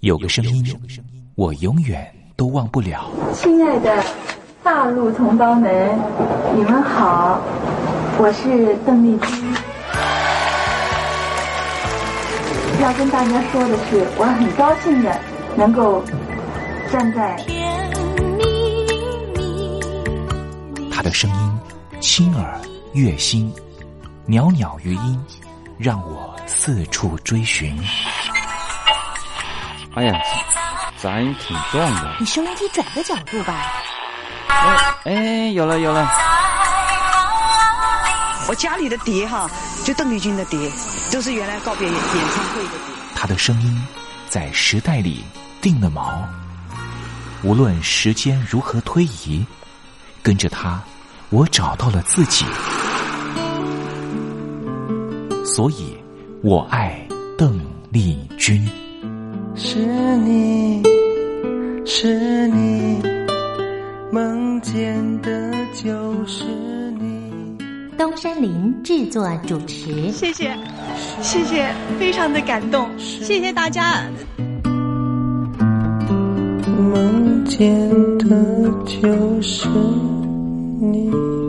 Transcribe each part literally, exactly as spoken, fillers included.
有个声音，我永远都忘不了。 亲爱的大陆同胞们，你们好，我是邓丽君。要跟大家说的是，我很高兴的能够站在他的声音轻耳悦心，袅袅余音，让我四处追寻。 哎呀，咱挺壮的。 你收音机转个角度吧。 哎哎，有了有了。 我家里的碟哈，就邓丽君的碟，都是原来告别演唱会的碟。 他的声音在时代里定了锚，无论时间如何推移，跟着他，我找到了自己。所以，我爱邓丽君。 是你，是你，梦见的就是你。 东山林制作主持， 谢谢，谢谢，非常的感动，谢谢大家。 梦见的就是你。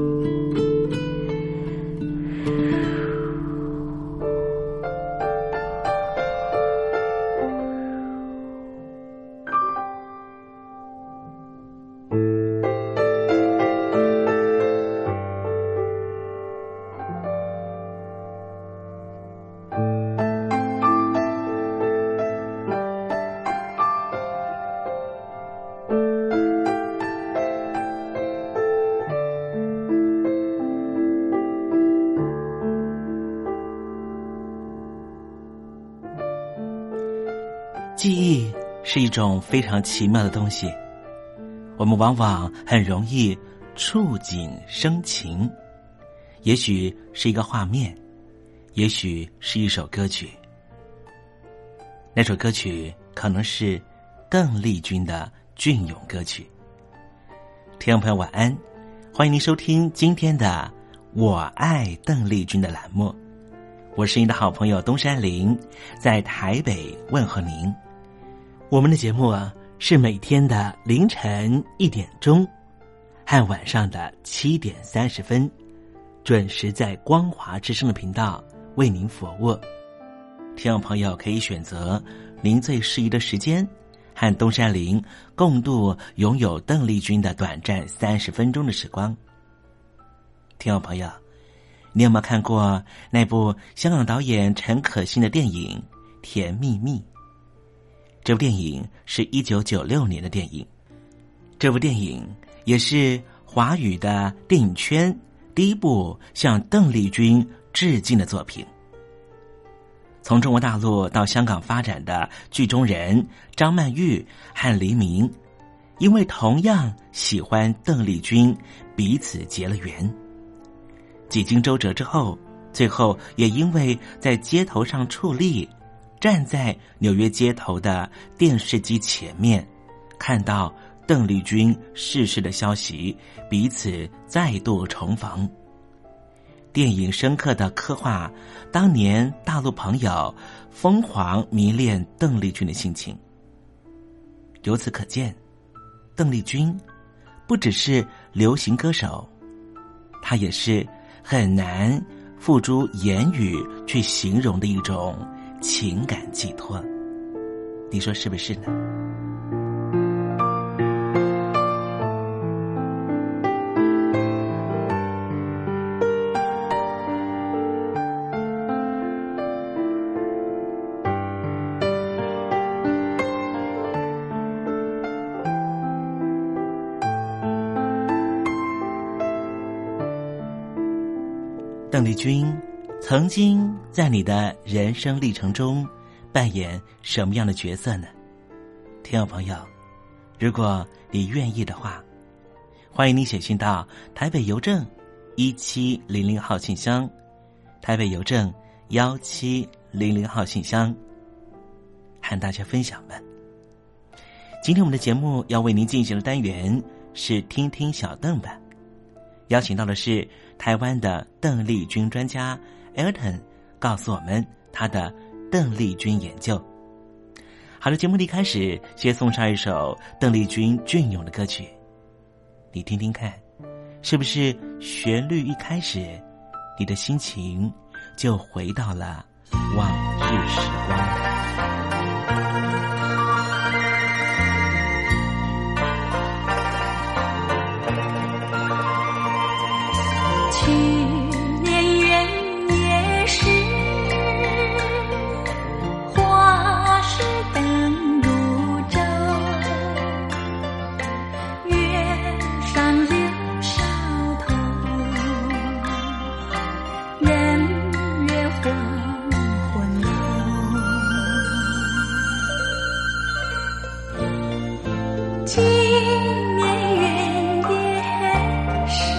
记忆是一种非常奇妙的东西，我们往往很容易触景生情，也许是一个画面，也许是一首歌曲。那首歌曲可能是邓丽君的隽永歌曲。听众朋友晚安，欢迎您收听今天的我爱邓丽君的栏目，我是您的好朋友东山林，在台北问候您。我们的节目啊，是每天的凌晨一点钟和晚上的七点三十分，准时在光华之声的频道为您服务。听众朋友可以选择您最适宜的时间，和东山林共度拥有邓丽君的短暂三十分钟的时光。听众朋友，你有没有看过那部香港导演陈可辛的电影《甜蜜蜜》？这部电影是一九九六年的电影，这部电影也是华语的电影圈第一部向邓丽君致敬的作品。从中国大陆到香港发展的剧中人张曼玉和黎明，因为同样喜欢邓丽君，彼此结了缘。几经周折之后，最后也因为在街头上矗立，站在纽约街头的电视机前面，看到邓丽君逝世的消息，彼此再度重逢。电影深刻地刻画当年大陆朋友疯狂迷恋邓丽君的心情。由此可见，邓丽君不只是流行歌手，她也是很难付诸言语去形容的一种情感寄托，你说是不是呢？邓丽君曾经在你的人生历程中扮演什么样的角色呢？听众朋友，如果你愿意的话，欢迎你写信到台北邮政一七零零号信箱，台北邮政一七零零号信箱，和大家分享吧。今天我们的节目要为您进行的单元是听听小邓吧，邀请到的是台湾的邓丽君专家 Elton， 告诉我们他的邓丽君研究。 好的，节目的一开始，先送上一首邓丽君隽永的歌曲，你听听看，是不是旋律一开始，你的心情就回到了往日时光。 去年元夜时，花市灯如昼，月上柳梢头，人约黄昏后。今年元夜时，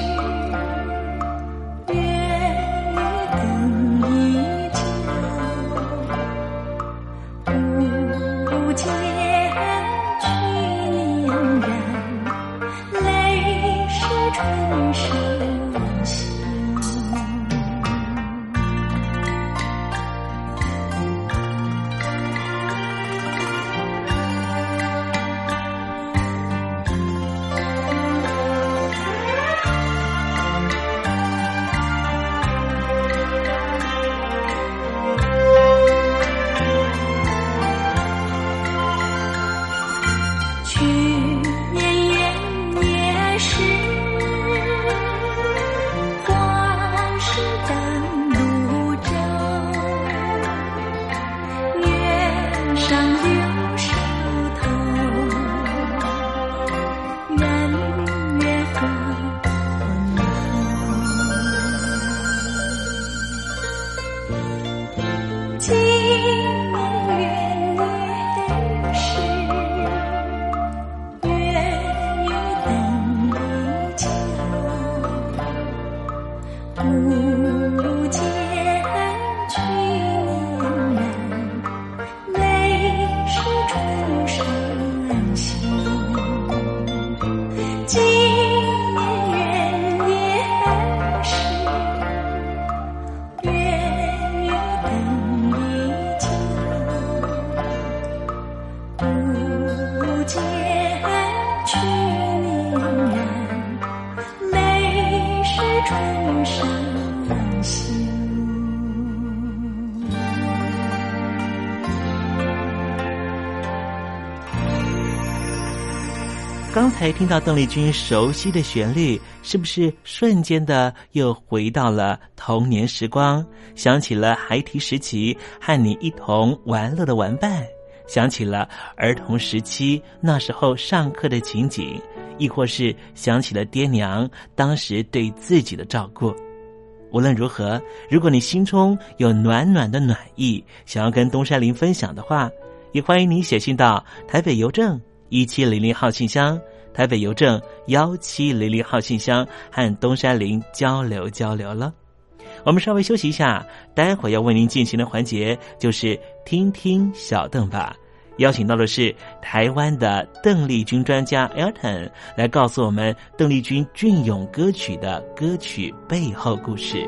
刚才听到邓丽君熟悉的旋律，是不是瞬间的又回到了童年时光，想起了孩提时期和你一同玩乐的玩伴，想起了儿童时期那时候上课的情景，亦或是想起了爹娘当时对自己的照顾。无论如何，如果你心中有暖暖的暖意，想要跟东山林分享的话，也欢迎你写信到台北邮政一七零零号信箱，台北邮政一七零零号信箱，和东山林交流交流了。我们稍微休息一下，待会要为您进行的环节就是听听小邓吧。邀请到的是台湾的邓丽君专家 Elton 来告诉我们邓丽君隽永歌曲的歌曲背后故事。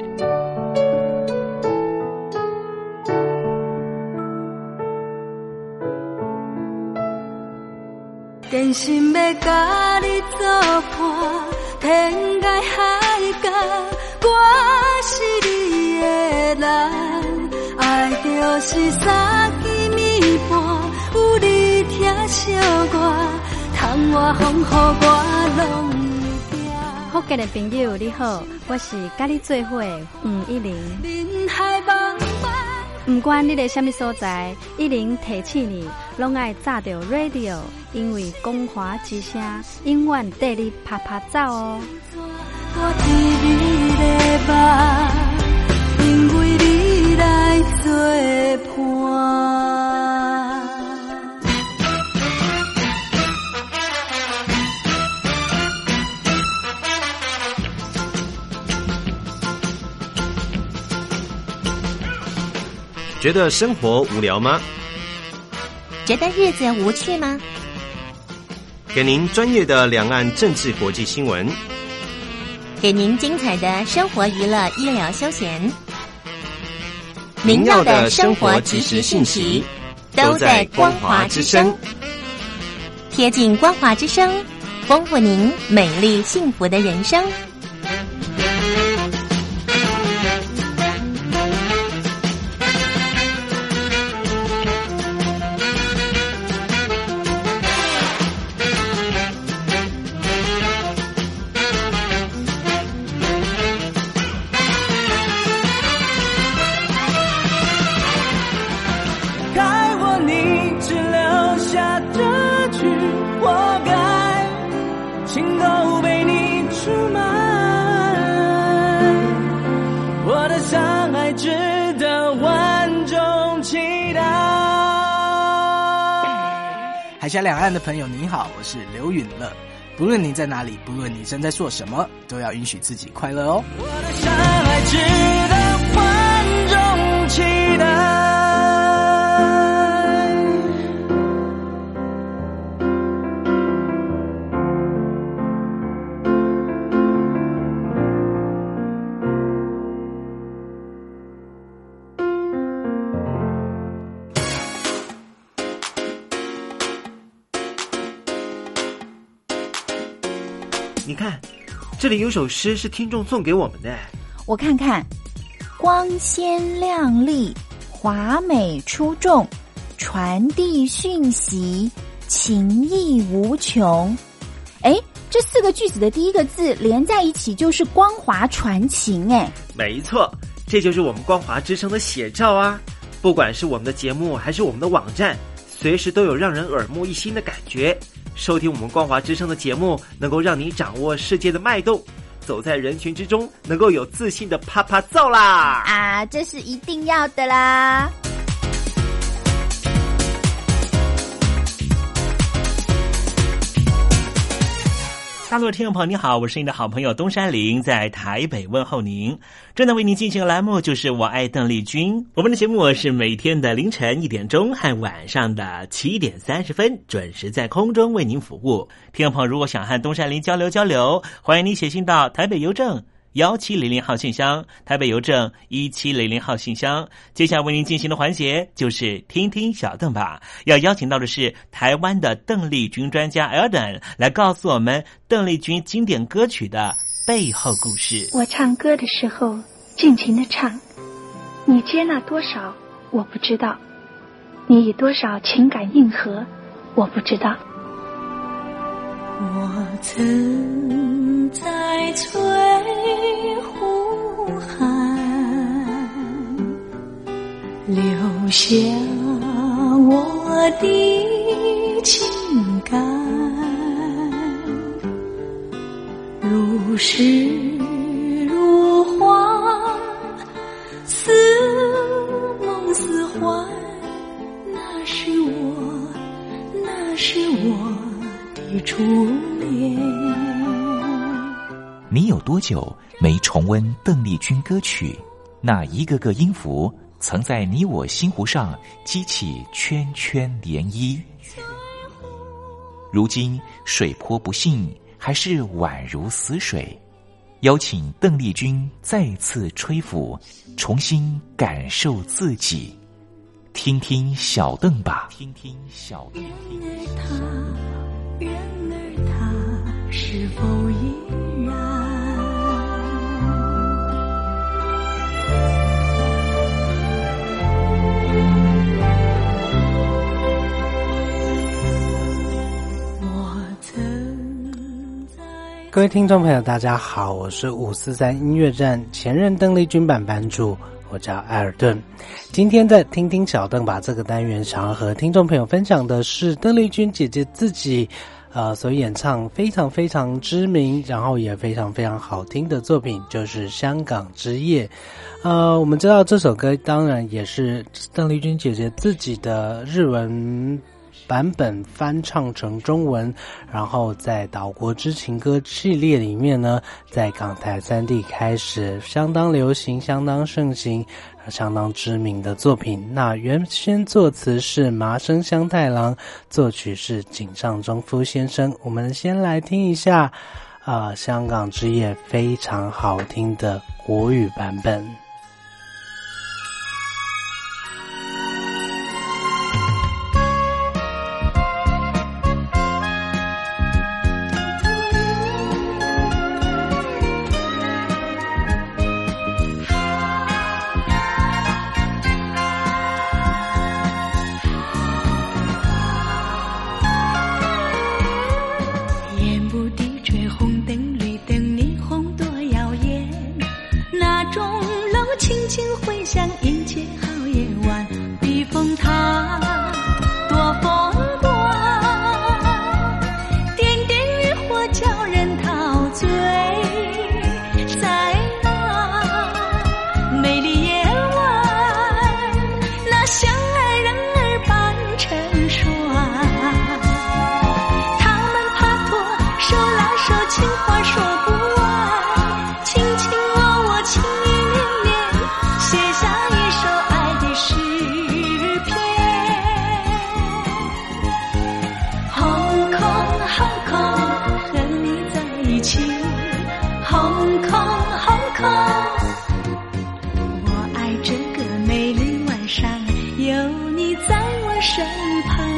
真心要甲你作伴，天涯海角，我是你的人，爱就是三更暝半，有你疼惜我，窗外风雨我拢不惊。 福建的朋友你好，我是甲你做伙黄一玲。 人海茫茫， 不管你在什么所在，一玲提醒你，拢爱炸着 radio， 因为光华之声永远带你啪啪走哦。 我替你在梦，因为你来作伴。 觉得生活无聊吗？ 觉得日子无趣吗？ 给您专业的两岸政治国际新闻， 给您精彩的生活娱乐医疗休闲，您要的生活即时信息， 都在光华之声。 贴近光华之声，丰富您美丽幸福的人生。 海峡两岸的朋友您好，我是刘允乐。不论你在哪里，不论你正在做什么，都要允许自己快乐哦。我的山海值得万众期待。 你看，这里有首诗是听众送给我们的。 我看看，光鲜亮丽，华美出众，传递讯息，情意无穷。哎，这四个句子的第一个字连在一起就是光华传情。哎， 没错，这就是我们光华之声的写照啊！不管是我们的节目还是我们的网站，随时都有让人耳目一新的感觉。收听我们光华之声的节目，能够让你掌握世界的脉动，走在人群之中，能够有自信的啪啪照啦！ 啊，这是一定要的啦！ 大陆的听众朋友你好，我是您的好朋友东山林，在台北问候您。正在为您进行的栏目就是我爱邓丽君。我们的节目是每天的凌晨一点钟和晚上的七点三十分准时在空中为您服务。听众朋友如果想和东山林交流交流，欢迎你写信到台北邮政一七零零号信箱，台北邮政一七零零号信箱。接下来为您进行的环节就是听听小邓吧，要邀请到的是台湾的邓丽君专家 Elden 来告诉我们邓丽君经典歌曲的背后故事。 我唱歌的时候尽情地唱，你接纳多少我不知道，你以多少情感应和我不知道。 我曾在翠湖畔留下我的情感，如诗如画，似梦似幻，那是我，那是我的初恋。 你有多久没重温邓丽君歌曲？那一个个音符曾在你我心湖上激起圈圈涟漪。如今水波不兴，还是宛如死水。邀请邓丽君再次吹拂，重新感受自己。听听小邓吧，听听小邓。 然而他是否依然？ 各位听众朋友大家好，我是五四三音乐站前任邓丽君版版主，我叫艾尔顿。今天的听听小邓吧这个单元，想要和听众朋友分享的是邓丽君姐姐自己呃所演唱非常非常知名，然后也非常非常好听的作品，就是《香港之夜》。呃我们知道这首歌当然也是邓丽君姐姐自己的日文版本翻唱成中文，然后在岛国之情歌系列里面呢，在港台三地开始相当流行，相当盛行，相当知名的作品。那原先作词是麻生香太郎，作曲是井上忠夫先生。我们先来听一下啊、呃，香港之夜非常好听的国语版本。 回想一切好夜晚，避风塘多风光，点点渔火叫人陶醉，在那美丽夜晚，那相爱人儿扮成双，他们爬坡手拉手，情话说不完，卿卿我我情意绵绵，写下一首爱的诗篇。Hong Kong Hong Kong 和你在一起， Hong Kong Hong Kong 我爱这个美丽晚上，有你在我身旁。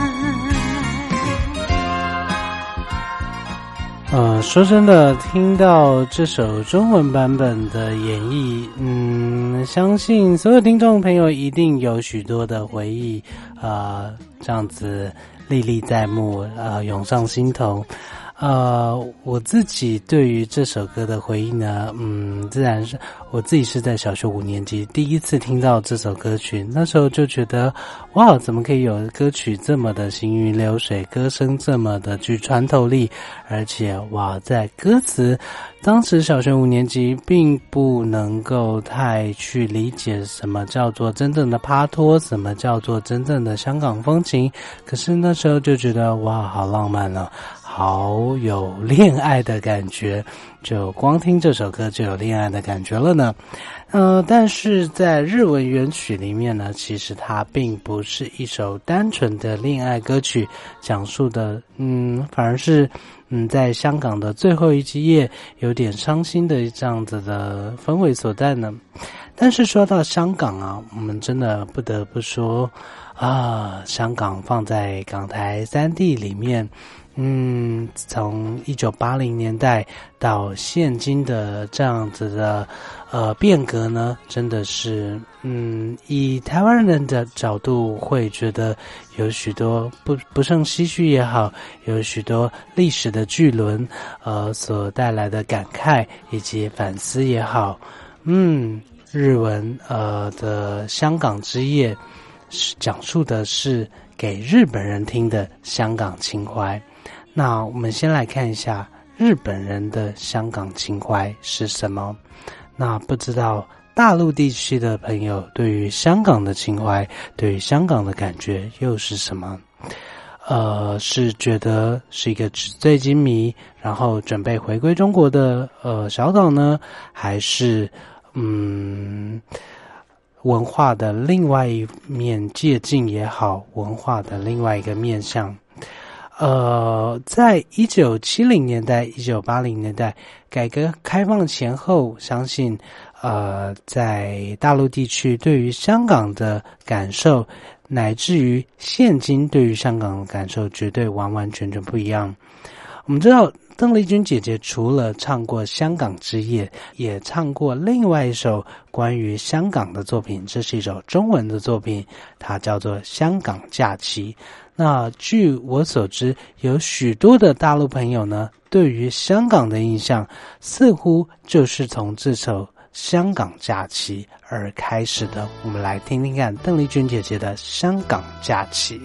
呃，说真的，听到这首中文版本的演绎，嗯，相信所有听众朋友一定有许多的回忆，呃，这样子历历在目，呃，涌上心头。呃，我自己对于这首歌的回忆呢，嗯，自然是我自己是在小学五年级第一次听到这首歌曲，那时候就觉得，哇，怎么可以有歌曲这么的行云流水，歌声这么的具穿透力，而且哇，在歌词，当时小学五年级并不能够太去理解什么叫做真正的趴托，什么叫做真正的香港风情，可是那时候就觉得哇，好浪漫哦，好有恋爱的感觉，就光听这首歌就有恋爱的感觉了呢。呃，但是在日文原曲里面呢，其实它并不是一首单纯的恋爱歌曲，讲述的嗯，反而是嗯，在香港的最后一季夜有点伤心的这样子的氛围所在呢。但是说到香港啊，我们真的不得不说啊，香港放在港台三地里面，嗯，从一九八零年代到现今的这样子的呃变革呢，真的是嗯，以台湾人的角度会觉得有许多不不胜唏嘘也好，有许多历史的巨轮呃所带来的感慨以及反思也好，嗯，日文呃的香港之夜讲述的是给日本人听的香港情怀。那我们先来看一下日本人的香港情怀是什么。那不知道大陆地区的朋友对于香港的情怀，对于香港的感觉又是什么？呃，是觉得是一个纸醉金迷，然后准备回归中国的呃小岛呢，还是嗯文化的另外一面借鉴也好，文化的另外一个面向？呃，在一九七零年代、一九八零年代改革开放前后，相信呃，在大陆地区对于香港的感受，乃至于现今对于香港的感受，绝对完完全全不一样。我们知道邓丽君姐姐除了唱过《香港之夜》，也唱过另外一首关于香港的作品，这是一首中文的作品，它叫做《香港假期》。那据我所知，有许多的大陆朋友呢，对于香港的印象似乎就是从这首《香港假期》而开始的。我们来听听看邓丽君姐姐的《香港假期》。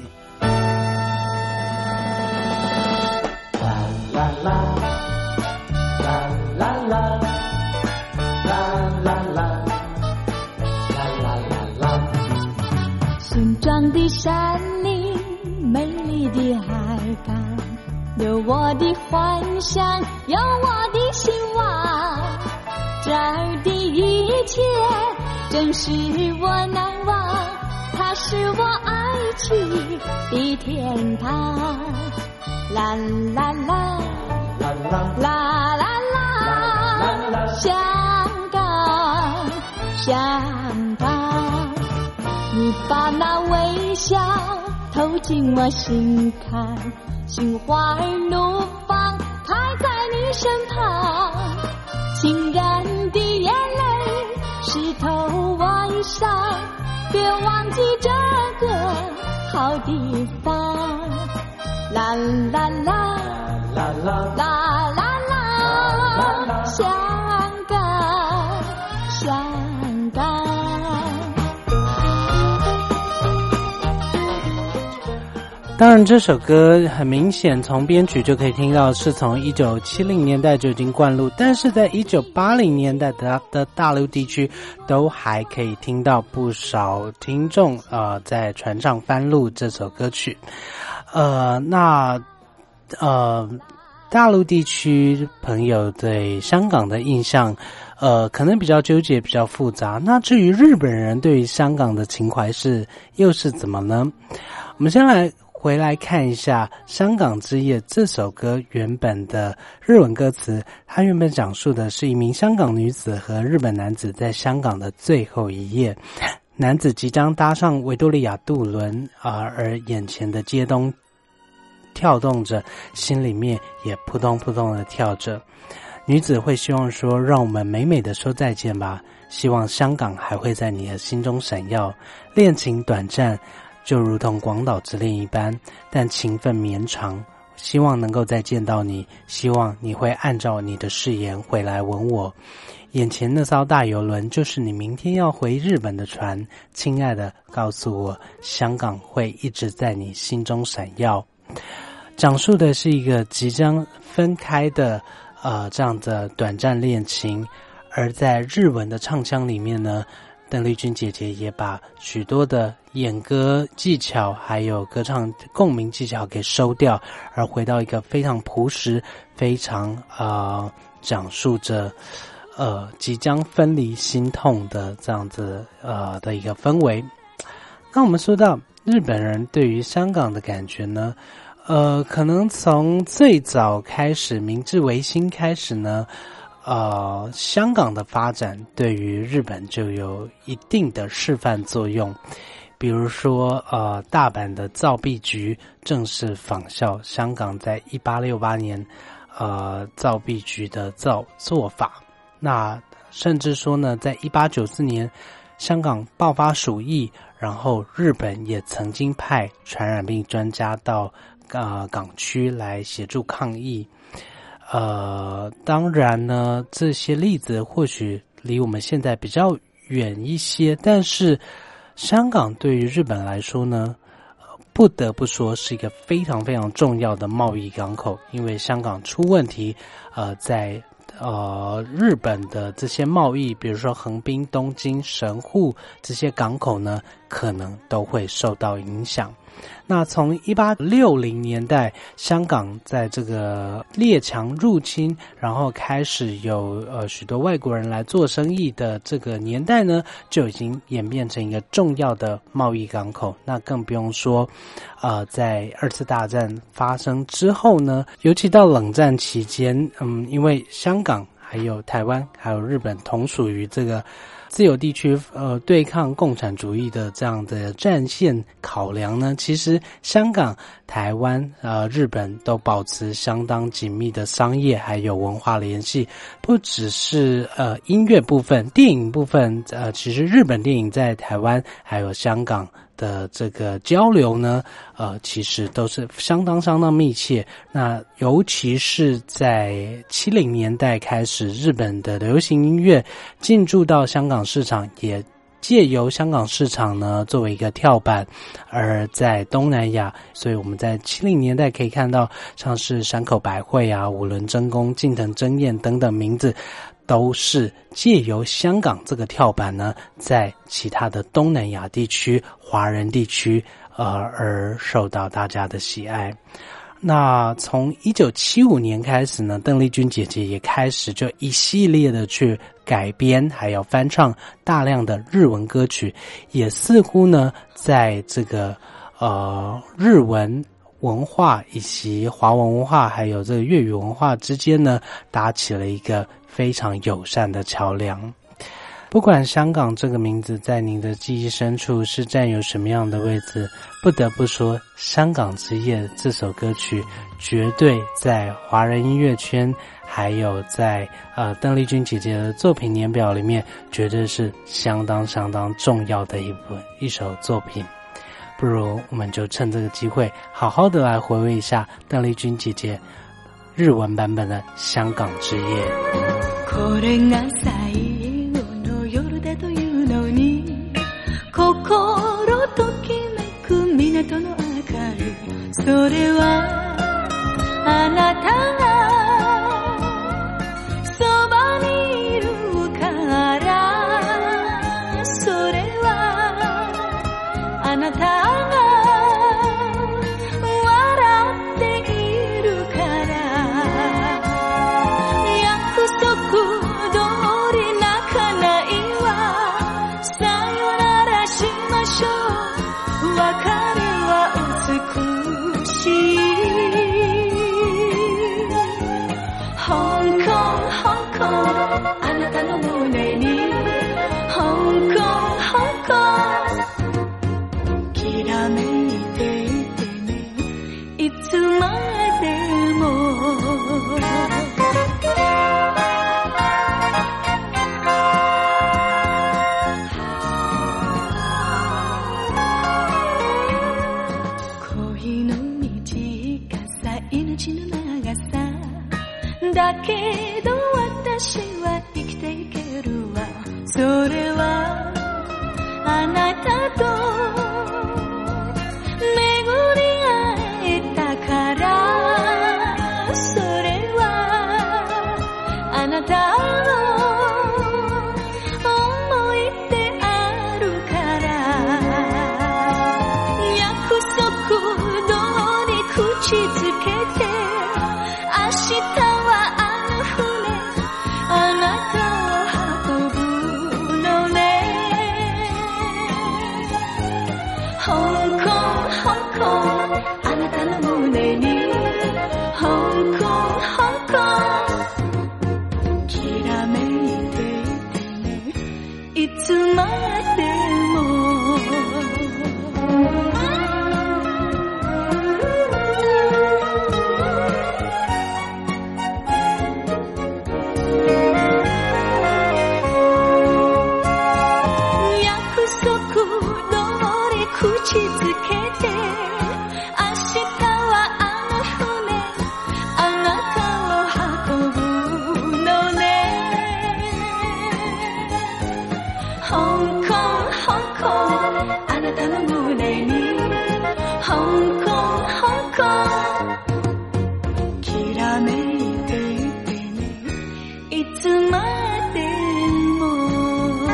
啦啦啦啦啦啦啦啦啦啦啦啦， 村庄的山林，美丽的海港，有我的幻想，有我的希望，这儿的一切正是我难忘，它是我爱情的天堂。啦啦啦啦啦啦啦啦，香港香港，你把那微笑投进我心坎，心花儿怒放开在你身旁，情人的眼泪湿透我衣裳，别忘记这个好地方。啦啦啦啦啦啦啦啦，香港香港。 当然这首歌很明显从编曲就可以听到是从一九七零年代就已经灌录，但是在一九八零年代的的大陆地区都还可以听到不少听众呃在船上翻录这首歌曲。呃那呃大陆地区朋友对香港的印象呃可能比较纠结比较复杂，那至于日本人对于香港的情怀是又是怎么呢？我们先来回来看一下《香港之夜》这首歌原本的日文歌词，它原本讲述的是一名香港女子和日本男子在香港的最后一夜，男子即将搭上维多利亚渡轮啊，而眼前的街灯跳动着，心里面也扑通扑通的跳着。女子会希望说，让我们美美的说再见吧，希望香港还会在你的心中闪耀，恋情短暂就如同广岛之恋一般，但情分绵长，希望能够再见到你，希望你会按照你的誓言回来吻我。眼前那艘大邮轮就是你明天要回日本的船，亲爱的，告诉我，香港会一直在你心中闪耀。讲述的是一个即将分开的呃这样的短暂恋情，而在日文的唱腔里面呢，邓丽君姐姐也把许多的演歌技巧还有歌唱共鸣技巧给收掉，而回到一个非常朴实非常呃讲述着呃即将分离心痛的这样子呃的一个氛围。那我们说到日本人对于香港的感觉呢，呃可能从最早开始明治维新开始呢，呃，香港的发展对于日本就有一定的示范作用，比如说，呃，大阪的造币局正是仿效香港在一八六八年，呃，造币局的造做法。那甚至说呢，在一八九四年，香港爆发鼠疫，然后日本也曾经派传染病专家到呃港区来协助抗疫。呃，当然呢，这些例子或许离我们现在比较远一些，但是香港对于日本来说呢，不得不说是一个非常非常重要的贸易港口，因为香港出问题，呃，在呃日本的这些贸易，比如说横滨、东京、神户这些港口呢，可能都会受到影响。那从一八六零年代，香港在这个列强入侵，然后开始有呃许多外国人来做生意的这个年代呢，就已经演变成一个重要的贸易港口。那更不用说，呃，在二次大战发生之后呢，尤其到冷战期间，嗯，因为香港还有台湾还有日本同属于这个自由地区，呃，对抗共产主义的这样的战线考量呢，其实香港、台湾、呃，日本都保持相当紧密的商业还有文化联系。不只是呃音乐部分、电影部分，呃，其实日本电影在台湾还有香港的这个交流呢，呃，其实都是相当相当密切。那尤其是在七零年代开始，日本的流行音乐进驻到香港市场，也借由香港市场呢作为一个跳板，而在东南亚，所以我们在七零年代可以看到像是山口百惠啊、五轮真弓、近藤真彦等等名字，都是借由香港这个跳板呢，在其他的东南亚地区、华人地区，呃，而受到大家的喜爱。那从一九七五年开始呢，邓丽君姐姐也开始就一系列的去改编，还有翻唱大量的日文歌曲，也似乎呢，在这个呃日文文化以及华文文化还有这个粤语文化之间呢，搭起了一个非常友善的桥梁。不管香港这个名字在您的记忆深处是占有什么样的位置，不得不说《香港之夜》这首歌曲绝对在华人音乐圈还有在呃邓丽君姐姐的作品年表里面，绝对是相当相当重要的一部一首作品。不如我们就趁这个机会好好的来回味一下邓丽君姐姐日文版本的《香港之夜》。 これが最後の夜だというのに、心ときめく港の明かり、 それはあなたがそばにいるからそれはあなたが笑っているから約束通り泣かないわさよならしましょう別れは美しい香港香港あなたの胸に香港香港きらめいていてねいつまでも恋の短さ命の長さだけど私は生きていけるわそれはあなたと巡り会えたからそれはあなたの思い出あるから約束通り口づけて明日はあの船あなたを運ぶのね香港香港あなたの胸に香港香港きらめいていてねいつまでも口づけて明日はあの船あなたを運ぶのね香港香港あなたの胸に香港香港きらめいていてねいつまでも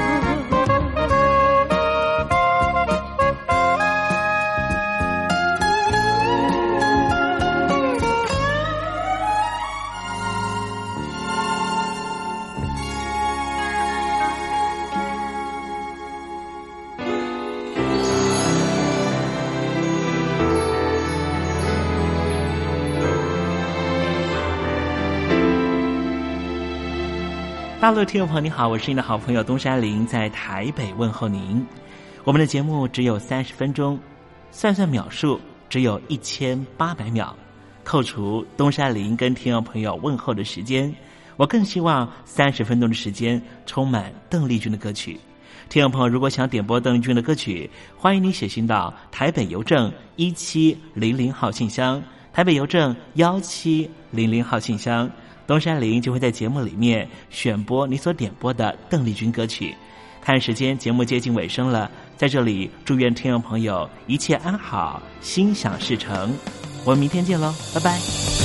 大陆听众朋友你好，我是您的好朋友东山林，在台北问候您。我们的节目只有三十分钟，算算秒数只有一千八百秒，扣除东山林跟听众朋友问候的时间，我更希望三十分钟的时间充满邓丽君的歌曲。听众朋友如果想点播邓丽君的歌曲，欢迎你写信到台北邮政一七零零号信箱，台北邮政一七零零号信箱，东山林就会在节目里面选播你所点播的邓丽君歌曲。看时间，节目接近尾声了，在这里祝愿听众朋友一切安好，心想事成。我们明天见喽，拜拜。